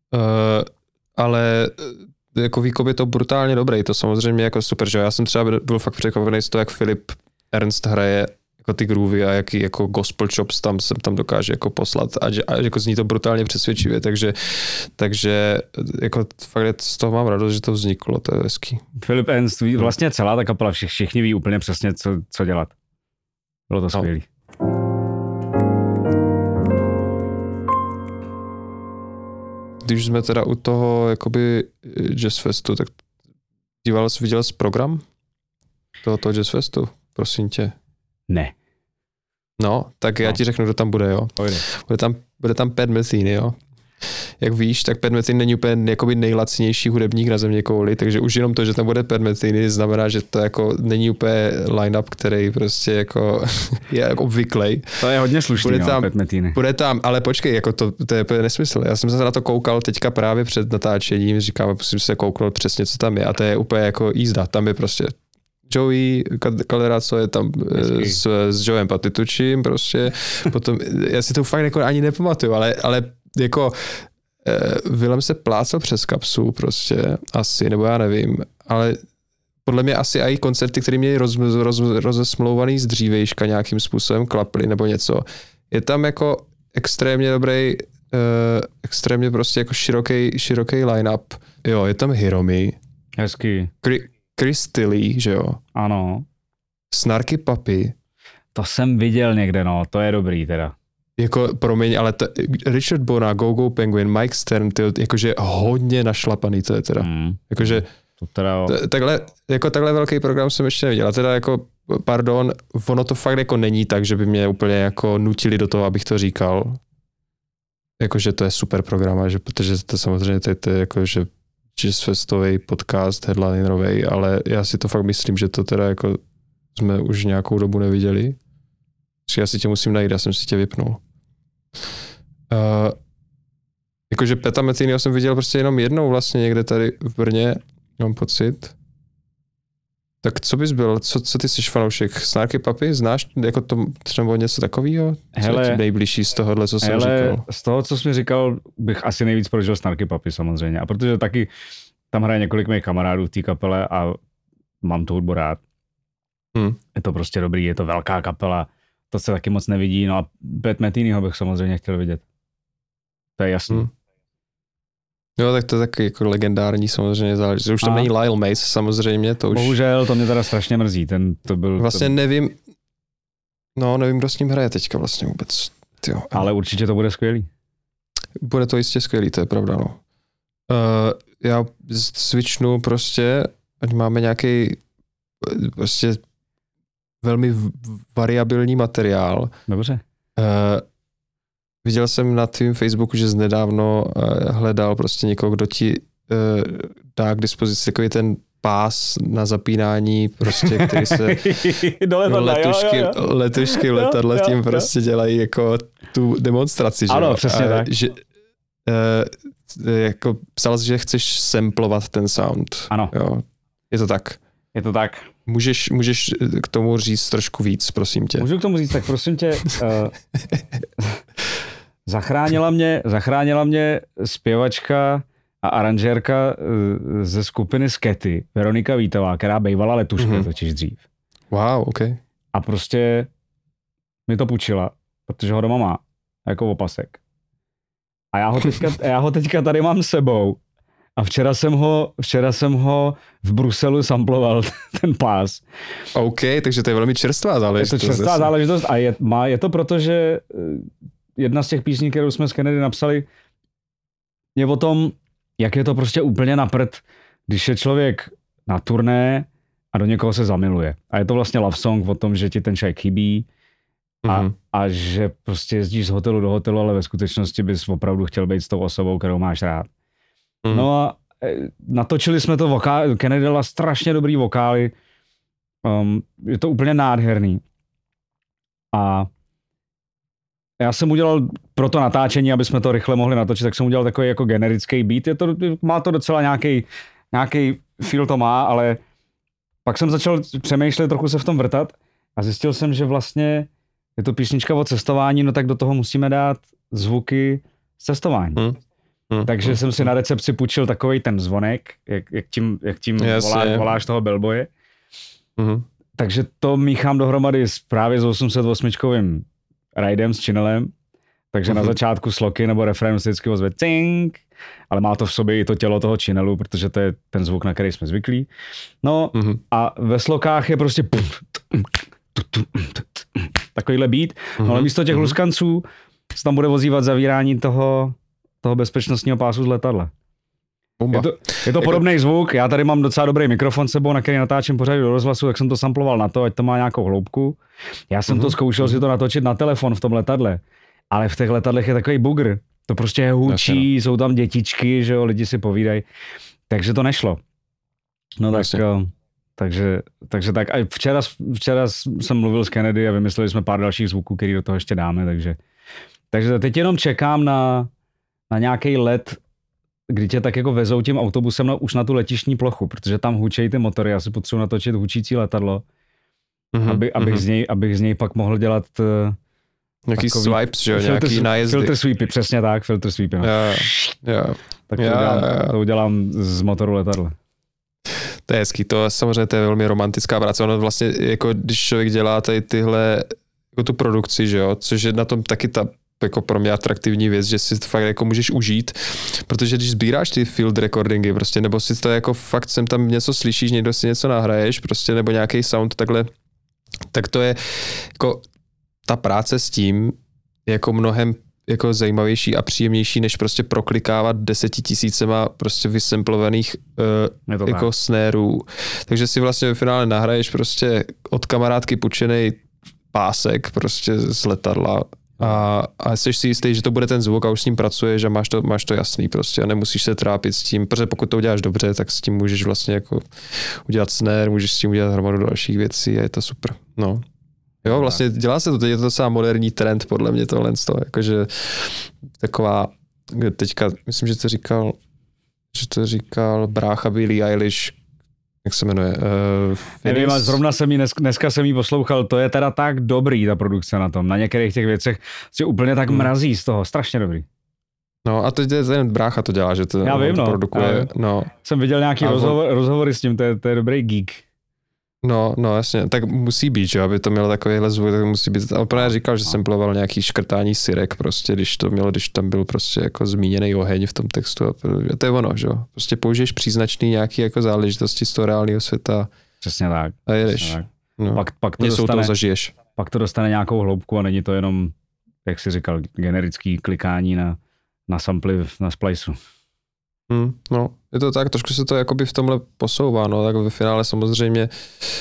Ale jako výkop je to brutálně dobrý, to samozřejmě jako super, že já jsem třeba byl fakt překvapený z toho, jak Filip Ernst hraje jako ty groovy a jaký jako gospel chops tam dokáže jako poslat a jako zní to brutálně přesvědčivě, takže jako fakt z toho mám radost, že to vzniklo, to je hezký. Filip Ernst, vlastně celá ta kapela, všichni ví úplně přesně, co dělat. Bylo to skvělý. Když jsme teda u toho jakoby Jazz Festu, tak viděl jsi program tohoto Jazz Festu, prosím tě? Ne. No, tak já ti řeknu, kdo tam bude, jo. Bude tam Pat Metheny, jo. Jak víš, tak Pat Metheny není úplně jakoby nejlacinější hudebník na země kouli, takže už jenom to, že tam bude Pat Metheny, znamená, že to jako není úplně line-up, který prostě jako je jako obvyklej. To je hodně slušný, Pat Metheny. Bude tam, ale počkej, jako to je úplně nesmysl. Já jsem se na to koukal teďka právě před natáčením, říkám, musím se kouknout přesně, co tam je a to je úplně jako jízda. Tam je prostě Joey Calera, co je tam s Joem Patitučím prostě. Potom, já si to fakt jako ani nepamatuju, ale jako Willem se plácal přes kapsu prostě asi, nebo já nevím, ale podle mě asi i koncerty, které měly rozesmlouvaný z dřívejška nějakým způsobem, klaply nebo něco. Je tam jako extrémně dobrý, extrémně prostě jako široký line-up. Jo, je tam Hiromi. Hezký. Chris Tilly, že jo? Ano. Snarky Puppy. To jsem viděl někde, no, to je dobrý teda. Jako, promiň, ale Richard Bona, Go Penguin, Mike Stern, jakože hodně našlapaný to je teda. Jakože takhle velký program jsem ještě neviděl. A teda jako, pardon, ono to fakt jako není tak, že by mě úplně jako nutili do toho, abych to říkal. Jakože to je super program, že, protože to samozřejmě to je jako, že jazzfestový podcast, headlinerovej, ale já si to fakt myslím, že to teda jako jsme už nějakou dobu neviděli. Já si tě musím najít, já jsem si tě vypnul. Jakože Peta Methenyho jsem viděl prostě jenom jednou vlastně někde tady v Brně, mám pocit. Tak co bys byl? Co ty jsi fanoušek? Snarky Puppy? Znáš jako to třeba něco takového? Co je nejbližší z tohohle, co jsem říkal? Z toho, co jsi mi říkal, bych asi nejvíc prožil Snarky Puppy samozřejmě. A protože taky tam hraje několik mých kamarádů v té kapele a mám tu hudbu rád. Je to prostě dobrý, je to velká kapela. To se taky moc nevidí. No a Pat Methenyho bych samozřejmě chtěl vidět. To je jasný. Jo, tak to je taky jako legendární samozřejmě záležitost. Už tam není Lyle Mace samozřejmě. To už... Bohužel, to mě teda strašně mrzí. To byl, vlastně nevím, kdo s ním hraje teďka vlastně vůbec. Tyjo. Ale určitě to bude skvělý. Bude to jistě skvělý, to je pravda, no. Já switchnu prostě, ať máme nějaký prostě velmi variabilní materiál. Dobře. Viděl jsem na tvým Facebooku, že nedávno hledal prostě někoho, kdo ti dá k dispozici takový ten pás na zapínání, prostě, který se letušky v letadle tím prostě dělají jako tu demonstraci. Že ano, přesně tak. Že, jako psal, že chceš samplovat ten sound. Ano. Jo. Je to tak? Je to tak. Můžeš k tomu říct trošku víc, prosím tě. Můžu k tomu říct, tak prosím tě, zachránila mě zpěvačka a aranžérka ze skupiny Skety, Veronika Vítová, která bývala letuška totiž dřív. Wow, ok. A prostě mi to půjčila, protože ho doma má, jako opasek. A já ho teďka tady mám s sebou A včera jsem ho v Bruselu samploval, ten pás. OK, takže to je velmi čerstvá záležitost. Je to čerstvá záležitost a je to proto, že jedna z těch písní, kterou jsme s Kennedy napsali, je o tom, jak je to prostě úplně na prd, když je člověk na turné a do někoho se zamiluje. A je to vlastně love song o tom, že ti ten člověk chybí a že prostě jezdíš z hotelu do hotelu, ale ve skutečnosti bys opravdu chtěl být s tou osobou, kterou máš rád. No a natočili jsme to Kennedy dala strašně dobrý vokály. Je to úplně nádherný. A já jsem udělal pro to natáčení, aby jsme to rychle mohli natočit, tak jsem udělal takový jako generický beat. Má to docela nějaký feel to má, ale pak jsem začal přemýšlet, trochu se v tom vrtat a zjistil jsem, že vlastně je to písnička o cestování, no tak do toho musíme dát zvuky z cestování. Takže jsem si na recepci půjčil takovej ten zvonek, jak tím voláš toho bellboye. Takže to míchám dohromady právě s 808 ridem, s channelem. Takže na začátku sloky nebo refrénu se vždycky ozve cink, ale má to v sobě i to tělo toho channelu, protože to je ten zvuk, na který jsme zvyklí. No a ve slokách je prostě takovýhle beat. No ale místo těch luskanců se tam bude ozývat zavírání toho bezpečnostního pásu z letadla. Je to podobný zvuk, já tady mám docela dobrý mikrofon s sebou, na který natáčím pořád do rozhlasu, tak jsem to samploval na to, ať to má nějakou hloubku. Já jsem to zkoušel si to natočit na telefon v tom letadle, ale v těch letadlech je takový bugr. To prostě hučí, jsou tam dětičky, že jo, lidi si povídají. Takže to nešlo. No tak, takže tak. A včera jsem mluvil s Kennedy a vymysleli jsme pár dalších zvuků, který do toho ještě dáme, takže teď jenom čekám na nějaký let, kdy tě tak jako vezou tím autobusem už na tu letištní plochu, protože tam hučejí ty motory, já si potřebuji natočit hučící letadlo, abych z něj pak mohl dělat nějaký swipes, že jo, nějaký nájezdy. Filter sweepy, přesně tak, filter sweepy. No. Tak to udělám z motoru letadla. To je hezký, samozřejmě to je velmi romantická práce, ono vlastně jako když člověk dělá tady tyhle jako tu produkci, že jo, což je na tom taky ta jako pro mě atraktivní věc, že si to fakt jako můžeš užít, protože když sbíráš ty field recordingy prostě, nebo si to jako fakt sem tam něco slyšíš, někdo si něco nahraješ prostě, nebo nějaký sound takhle, tak to je jako ta práce s tím jako mnohem jako zajímavější a příjemnější, než prostě proklikávat 10 000 prostě vysemplovaných jako snérů. Takže si vlastně ve finále nahraješ prostě od kamarádky půjčenej pásek prostě z letadla a jsi si jistý, že to bude ten zvuk a už s ním pracuješ a máš to jasný prostě a nemusíš se trápit s tím, protože pokud to uděláš dobře, tak s tím můžeš vlastně jako udělat snare, můžeš s tím udělat hromadu dalších věcí a je to super. No. Jo, vlastně dělá se to, teď je to docela moderní trend podle mě tohle z toho, jakože taková, teďka, myslím, že to říkal brácha Billie Eilish, jak se jmenuje? Nevím, zrovna dneska jsem jí poslouchal, to je teda tak dobrý ta produkce na tom, na některých těch věcech si úplně tak mrazí z toho, strašně dobrý. No a teď ten brácha to dělá, že to, já vím, to produkuje. No. Jsem viděl nějaký rozhovory s tím, to je dobrý geek. No jasně, tak musí být, že aby to mělo takovýhle zvuk, tak musí být. A právě říkal, že samploval nějaký škrtání syrek prostě, když tam byl prostě jako zmíněný oheň v tom textu a to je ono, že jo. Prostě použiješ příznačný nějaký jako záležitosti z toho reálného světa. Přesně tak. A jedeš. No. Pak to něco toho zažiješ. Pak to dostane nějakou hloubku a není to jenom, jak jsi říkal, generický klikání na samply na spliceu. No, je to tak, trošku se to jakoby v tomhle posouvá, no, tak ve finále samozřejmě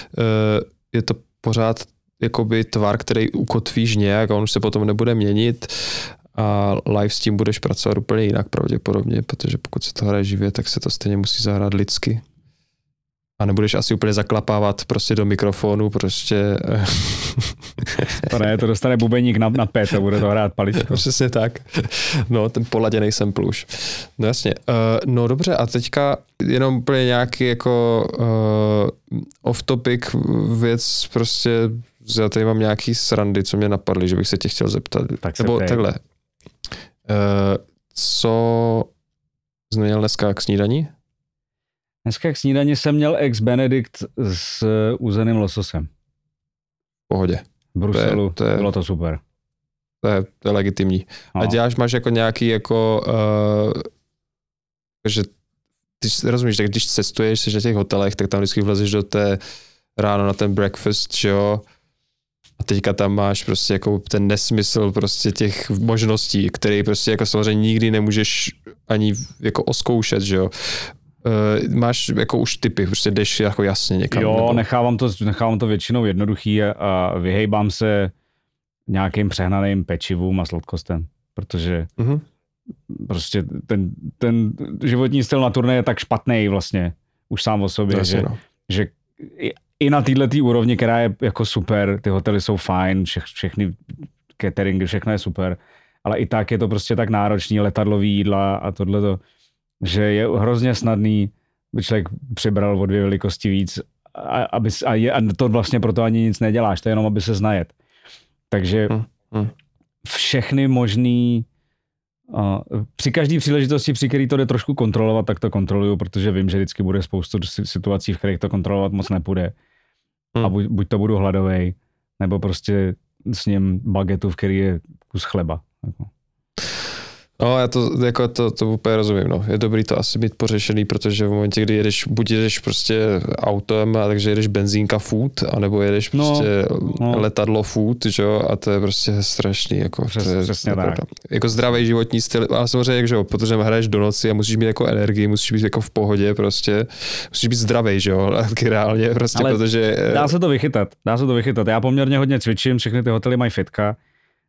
je to pořád jakoby tvar, který ukotvíš nějak a on už se potom nebude měnit a live s tím budeš pracovat úplně jinak pravděpodobně, protože pokud se to hraje živě, tak se to stejně musí zahrát lidsky. A nebudeš asi úplně zaklapávat prostě do mikrofonu, prostě. To ne, to dostane bubeník na pet a bude to hrát paličko. Přesně tak. No, ten poladěnej sample už. No jasně. No dobře, a teďka jenom úplně nějaký jako off-topic věc, prostě já tady mám nějaký srandy, co mě napadly, že bych se tě chtěl zeptat. Nebo takhle. Co jsi měl dneska k snídani? Dneska k snídani jsem měl ex Benedict s uzeným lososem. V pohodě. V Bruselu, bylo to super. To je legitimní. No. A máš jako nějaký jako, že rozumíš, tak když cestuješ, jsi na těch hotelech, tak tam vždycky vlezeš do té ráno na ten breakfast, že jo, a teďka tam máš prostě jako ten nesmysl prostě těch možností, který prostě jako samozřejmě nikdy nemůžeš ani jako oskoušet, že jo. Máš jako už typy, prostě jdeš jako jasně někam. Jo, nebo... nechávám to většinou jednoduchý a vyhejbám se nějakým přehnaným pečivům a sladkostem, protože prostě ten životní styl na turné je tak špatný vlastně, už sám o sobě, že i na této úrovni, která je jako super, ty hotely jsou fajn, všechny cateringy, všechno je super, ale i tak je to prostě tak náročný, letadlový jídla a tohleto, že je hrozně snadný, by člověk přibral o 2 velikosti víc a to vlastně proto ani nic neděláš, to je jenom, aby se znajet. Takže všechny možný, při každé příležitosti, při který to jde trošku kontrolovat, tak to kontroluju, protože vím, že vždycky bude spoustu situací, v kterých to kontrolovat moc nepůjde. A buď to budu hladovej, nebo prostě s ním bagetu, v který je kus chleba. Jako. No, já to úplně rozumím, no. Je dobrý to asi mít pořešený, protože v momentě, kdy buď jedeš prostě autem, a takže jedeš benzínka food, anebo jedeš prostě letadlo food, že jo, a to je prostě strašný, jako. Přesně tak. Jako zdravý životní styl, ale samozřejmě, že jo, protože hraješ do noci a musíš mít jako energii, musíš být jako v pohodě, prostě, musíš být zdravý, že jo, reálně, prostě, ale protože... Dá se to vychytat. Já poměrně hodně cvičím, všechny ty hotely mají fitka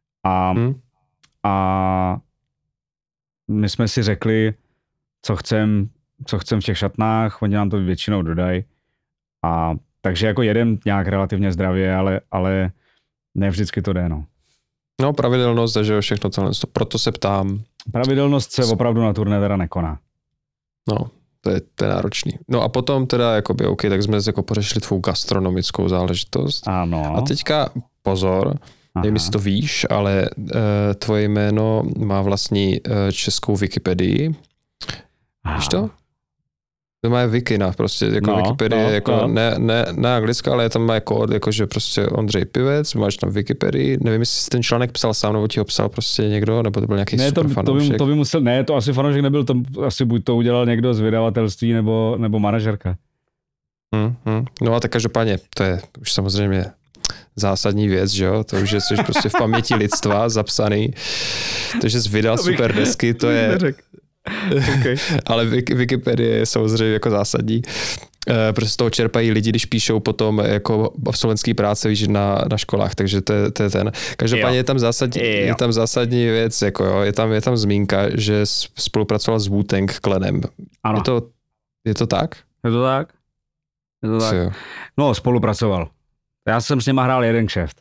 a my jsme si řekli, co chcem v těch šatnách, oni nám to většinou dodají. A takže jako jedem nějak relativně zdravě, ale ne vždycky to jde, no. No, pravidelnost, takže všechno tohle, proto se ptám. Pravidelnost se opravdu na turné teda nekoná. No, to je náročný. No a potom teda, jakoby, OK, tak jsme jako pořešili tvou gastronomickou záležitost. Ano. A teďka pozor, nevím, jestli to víš, ale tvoje jméno má vlastní českou Wikipedii. Víš to? To má Wikina, prostě jako Wikipedie, jako ne anglická, ale tam má kód, jakože prostě Ondřej Pivec, máš tam Wikipedii, nevím, jestli jsi ten článek psal sám, nebo ti ho psal prostě někdo, nebo to byl nějaký super fanoušek. To by musel, ne, to asi fanoušek nebyl, to asi buď to udělal někdo z vydavatelství, nebo manažerka. No a tak každopádně, to je už samozřejmě zásadní věc, že jo, to už je jsi prostě v paměti lidstva zapsaný, takže jsi vydal super desky, to je... Okay. Ale Wikipedie je samozřejmě jako zásadní. Prostě z toho čerpají lidi, když píšou potom jako absolventský práce, víš, na školách, takže to je ten. Každopádně je tam zásadní věc, jako jo, je tam zmínka, že spolupracoval s Wu-Tang Clanem. Ano. Je to tak? Je to tak. No, spolupracoval. Já jsem s něma hrál jeden kšeft.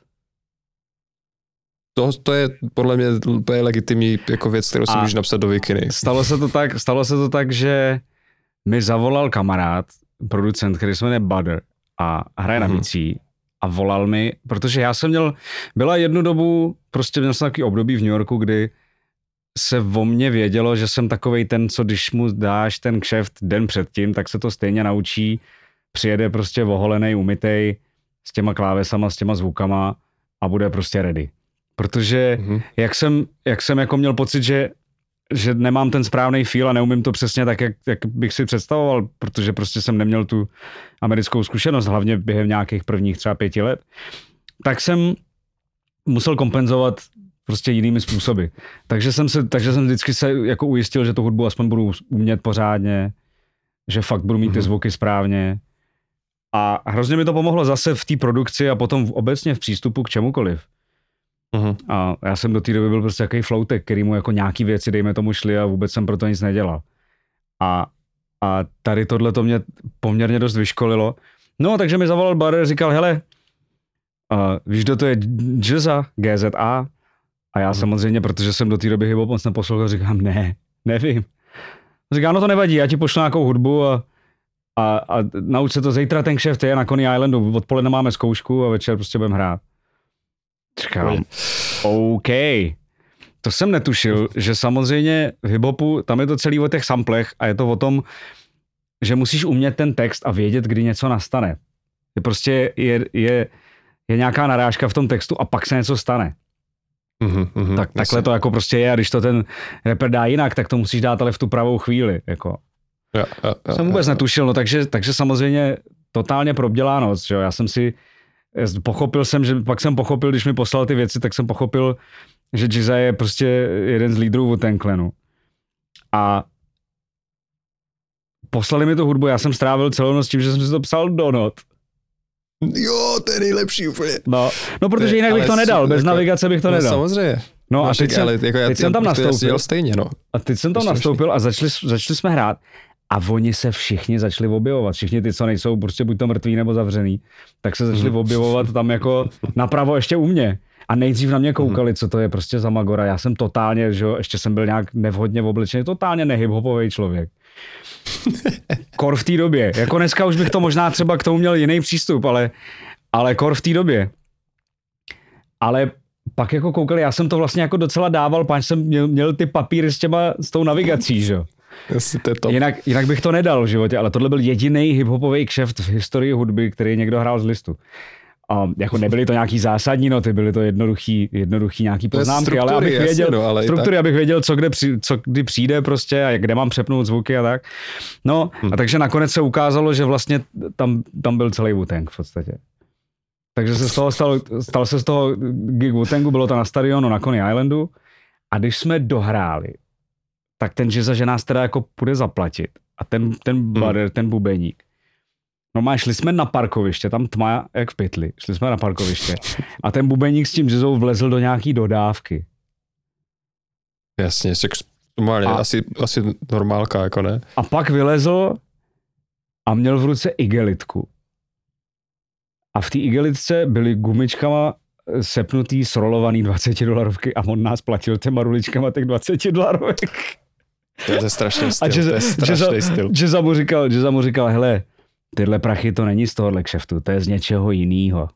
To je podle mě úplně legitimní jako věc, kterou si můžeš napsat do Wikiny. Stalo se to tak, že mi zavolal kamarád, producent, který se jmenuje Butter a hraje na bicí a volal mi, protože já jsem byla jednu dobu, prostě měl jsem takový období v New Yorku, kdy se o mně vědělo, že jsem takovej ten, co když mu dáš ten kšeft den předtím, tak se to stejně naučí, přijede prostě oholenej, umytej, s těma klávesama, s těma zvukama a bude prostě ready. Protože jak jsem jako měl pocit, že nemám ten správný feel a neumím to přesně tak, jak bych si představoval, protože prostě jsem neměl tu americkou zkušenost, hlavně během nějakých prvních třeba 5 let, tak jsem musel kompenzovat prostě jinými způsoby. Takže jsem vždycky se jako ujistil, že tu hudbu aspoň budu umět pořádně, že fakt budu mít ty zvuky správně. A hrozně mi to pomohlo zase v té produkci a potom obecně v přístupu k čemukoliv. A já jsem do té doby byl prostě takový floutek, který mu jako nějaký věci, dejme tomu, šli a vůbec jsem pro to nic nedělal. A tady tohle to mě poměrně dost vyškolilo. No, takže mi zavolal Butter, říkal, hele, víš, kdo to je GZA? GZA? A já samozřejmě, protože jsem do té doby hip-hop moc neposlouchal, říkám, ne, nevím. Říkám, no to nevadí, já ti pošlu nějakou hudbu a nauč se to, zítra ten kšeft je na Coney Islandu, odpoledne máme zkoušku a večer prostě budeme hrát. Říkám, OK. To jsem netušil, že samozřejmě v hip-hopu, tam je to celý o těch samplech a je to o tom, že musíš umět ten text a vědět, kdy něco nastane. Je prostě je nějaká narážka v tom textu a pak se něco stane. Takhle to jako prostě je a když to ten rapper dá jinak, tak to musíš dát ale v tu pravou chvíli. Jako. Jsem vůbec netušil, no takže samozřejmě totálně probdělá noc, že jo. Pochopil jsem, když mi poslal ty věci, tak jsem pochopil, že Jizza je prostě jeden z lídrů Wu-Tang Clanu. A poslali mi tu hudbu, já jsem strávil celou noc tím, že jsem si to psal do not. Jo, to je nejlepší úplně. No protože jinak bych to nedal, bez navigace bych to nedal. Samozřejmě. No a teď jsem tam nastoupil. Stejně, no. A teď jsem tam nastoupil a začali jsme hrát. A oni se všichni začali objevovat. Všichni ty, co nejsou prostě buď to mrtví nebo zavřený, tak se začali objevovat tam jako napravo ještě u mě. A nejdřív na mě koukali, co to je prostě za magora. Já jsem totálně, že jo, ještě jsem byl nějak nevhodně oblečený, totálně nehip-hopový člověk. Kor v té době. Jako dneska už bych to možná třeba k tomu měl jiný přístup, ale kor v té době. Ale pak jako koukali, já jsem to vlastně jako docela dával, páč jsem měl ty papíry s tou navigací, že jo. Jinak bych to nedal v životě, ale tohle byl jediný hiphopový kšeft v historii hudby, který někdo hrál z listu. A jako nebyly to nějaký zásadní noty, byly to jednoduchý nějaký poznámky, ale abych věděl, struktury, abych věděl, co kdy přijde prostě a kde mám přepnout zvuky a tak. No a takže nakonec se ukázalo, že vlastně tam byl celý Wu-Tang v podstatě. Takže se z toho stal se z toho gig Wu-Tangu, bylo to na stadionu na Coney Islandu a když jsme dohráli, tak ten Jizza, že nás teda jako půjde zaplatit a ten bader, ten bubeník. No šli jsme na parkoviště, tam tma jak v pytli, šli jsme na parkoviště a ten bubeník s tím Jizzou vlezl do nějaký dodávky. Jasně, asi normálka, jako ne? A pak vylezl a měl v ruce igelitku. A v té igelitce byly gumičkama sepnutý, srolovaný $20 a on nás platil těma ruličkama těch $20. To je strašný styl, Jizza mu říkal, hele, tyhle prachy to není z tohohle kšeftu, to je z něčeho jinýho.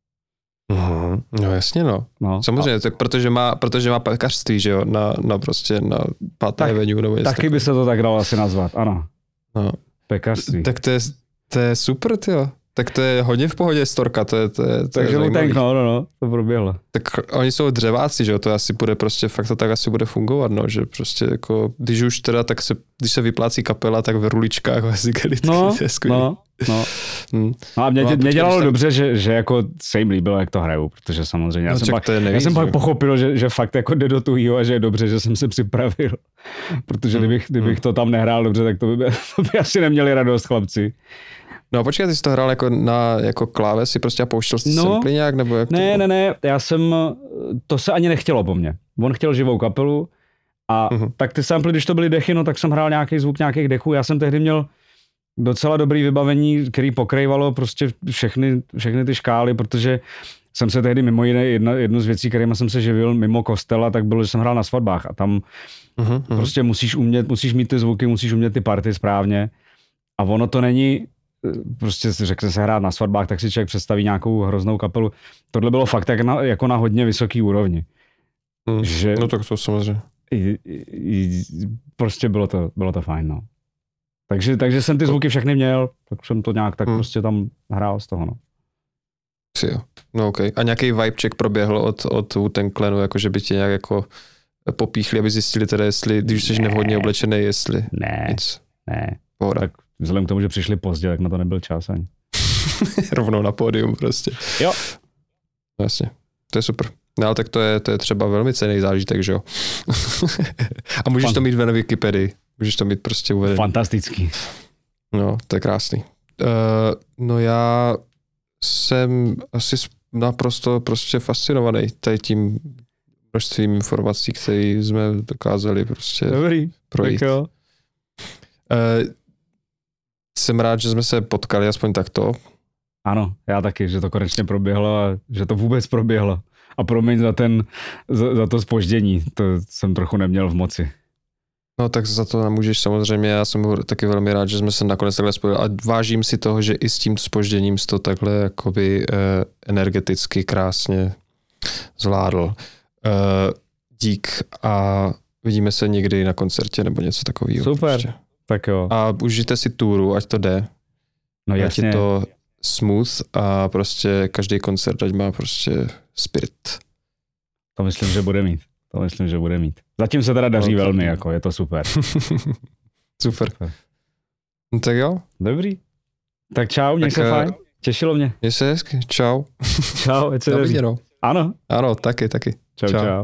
No jasně, no. Samozřejmě, tak protože má pekařství, že jo, na prostě na 5. Avenue nebo něco. Taky by se to tak dalo asi nazvat, ano. No. Pekařství. Tak to je super, tyjo. Tak to je hodně v pohodě storka, to je takže Wu-Tang, no, to proběhlo. Tak oni jsou dřeváci, že jo, to asi bude prostě, fakt to tak asi bude fungovat, no, že prostě jako, když už teda, tak když se vyplácí kapela, tak v ruličkách asi to je skvělý. No a mě dělalo dobře, že jako se jim líbilo, jak to hrajou, protože samozřejmě já jsem pak pochopil, že fakt jako jde do tuhýho a že je dobře, že jsem se připravil, protože kdybych to tam nehrál dobře, tak to by asi neměli radost chlapci. No počkej, ty jsi to hrál jako klávesy prostě a pouštěl jsi samply nějak, nebo jak? Ne, to se ani nechtělo po mně. On chtěl živou kapelu a tak ty samply, když to byly dechy, no tak jsem hrál nějaký zvuk nějakých dechů. Já jsem tehdy měl docela dobrý vybavení, který pokrývalo prostě všechny ty škály, protože jsem se tehdy mimo jiné, jednu z věcí, kterými jsem se živil mimo kostela, tak bylo, že jsem hrál na svatbách a tam prostě musíš mít ty zvuky, musíš umět ty party správně a ono to není prostě si řekne se hrát na svatbách, tak si člověk představí nějakou hroznou kapelu. Tohle bylo fakt jako na hodně vysoký úrovni. Že no tak to samozřejmě. Prostě bylo to fajn, no. Takže jsem ty zvuky všechny měl, tak jsem to nějak tak prostě tam hrál z toho, no. Jo. No okej. A nějaký vibe check proběhl od Wu-Tang Clanu, jakože by tě nějak jako popíchli, aby zjistili teda, jestli, když jsi nevhodně oblečený, jestli nic. Ne. Pohoda. Tak vzhledem k tomu, že přišli pozdě, tak na to nebyl čas ani. Rovnou na pódium prostě. Jo. Jasně. To je super. No ale tak to je třeba velmi cenný zážitek, že jo? A můžeš to mít na Wikipedii. Můžeš to mít prostě uvedený. Fantastický. No, to je krásný. No já jsem asi naprosto prostě fascinovaný tady tím množstvím informací, které jsme dokázali prostě projít. Tak jo. Jsem rád, že jsme se potkali aspoň takto. Ano, já taky, že to konečně proběhlo a že to vůbec proběhlo. A promiň za to zpoždění, to jsem trochu neměl v moci. No tak za to nemůžeš samozřejmě, já jsem taky velmi rád, že jsme se nakonec takhle spojili a vážím si toho, že i s tím zpožděním jsi to takhle jakoby energeticky krásně zvládl. Dík a vidíme se někdy na koncertě nebo něco takového. Super, prostě. Tak jo. A užijte si túru, ať to jde. No jasně. Ať je to smooth a prostě každý koncert ať má prostě spirit. To myslím, že bude mít. Zatím se teda daří velmi, jako je to super. Super. No tak jo. Dobrý. Tak čau, měj se fajn. Těšilo mě. Měj se hezky. Čau. Čau, ať se daří. Ano. Ano, taky. Čau.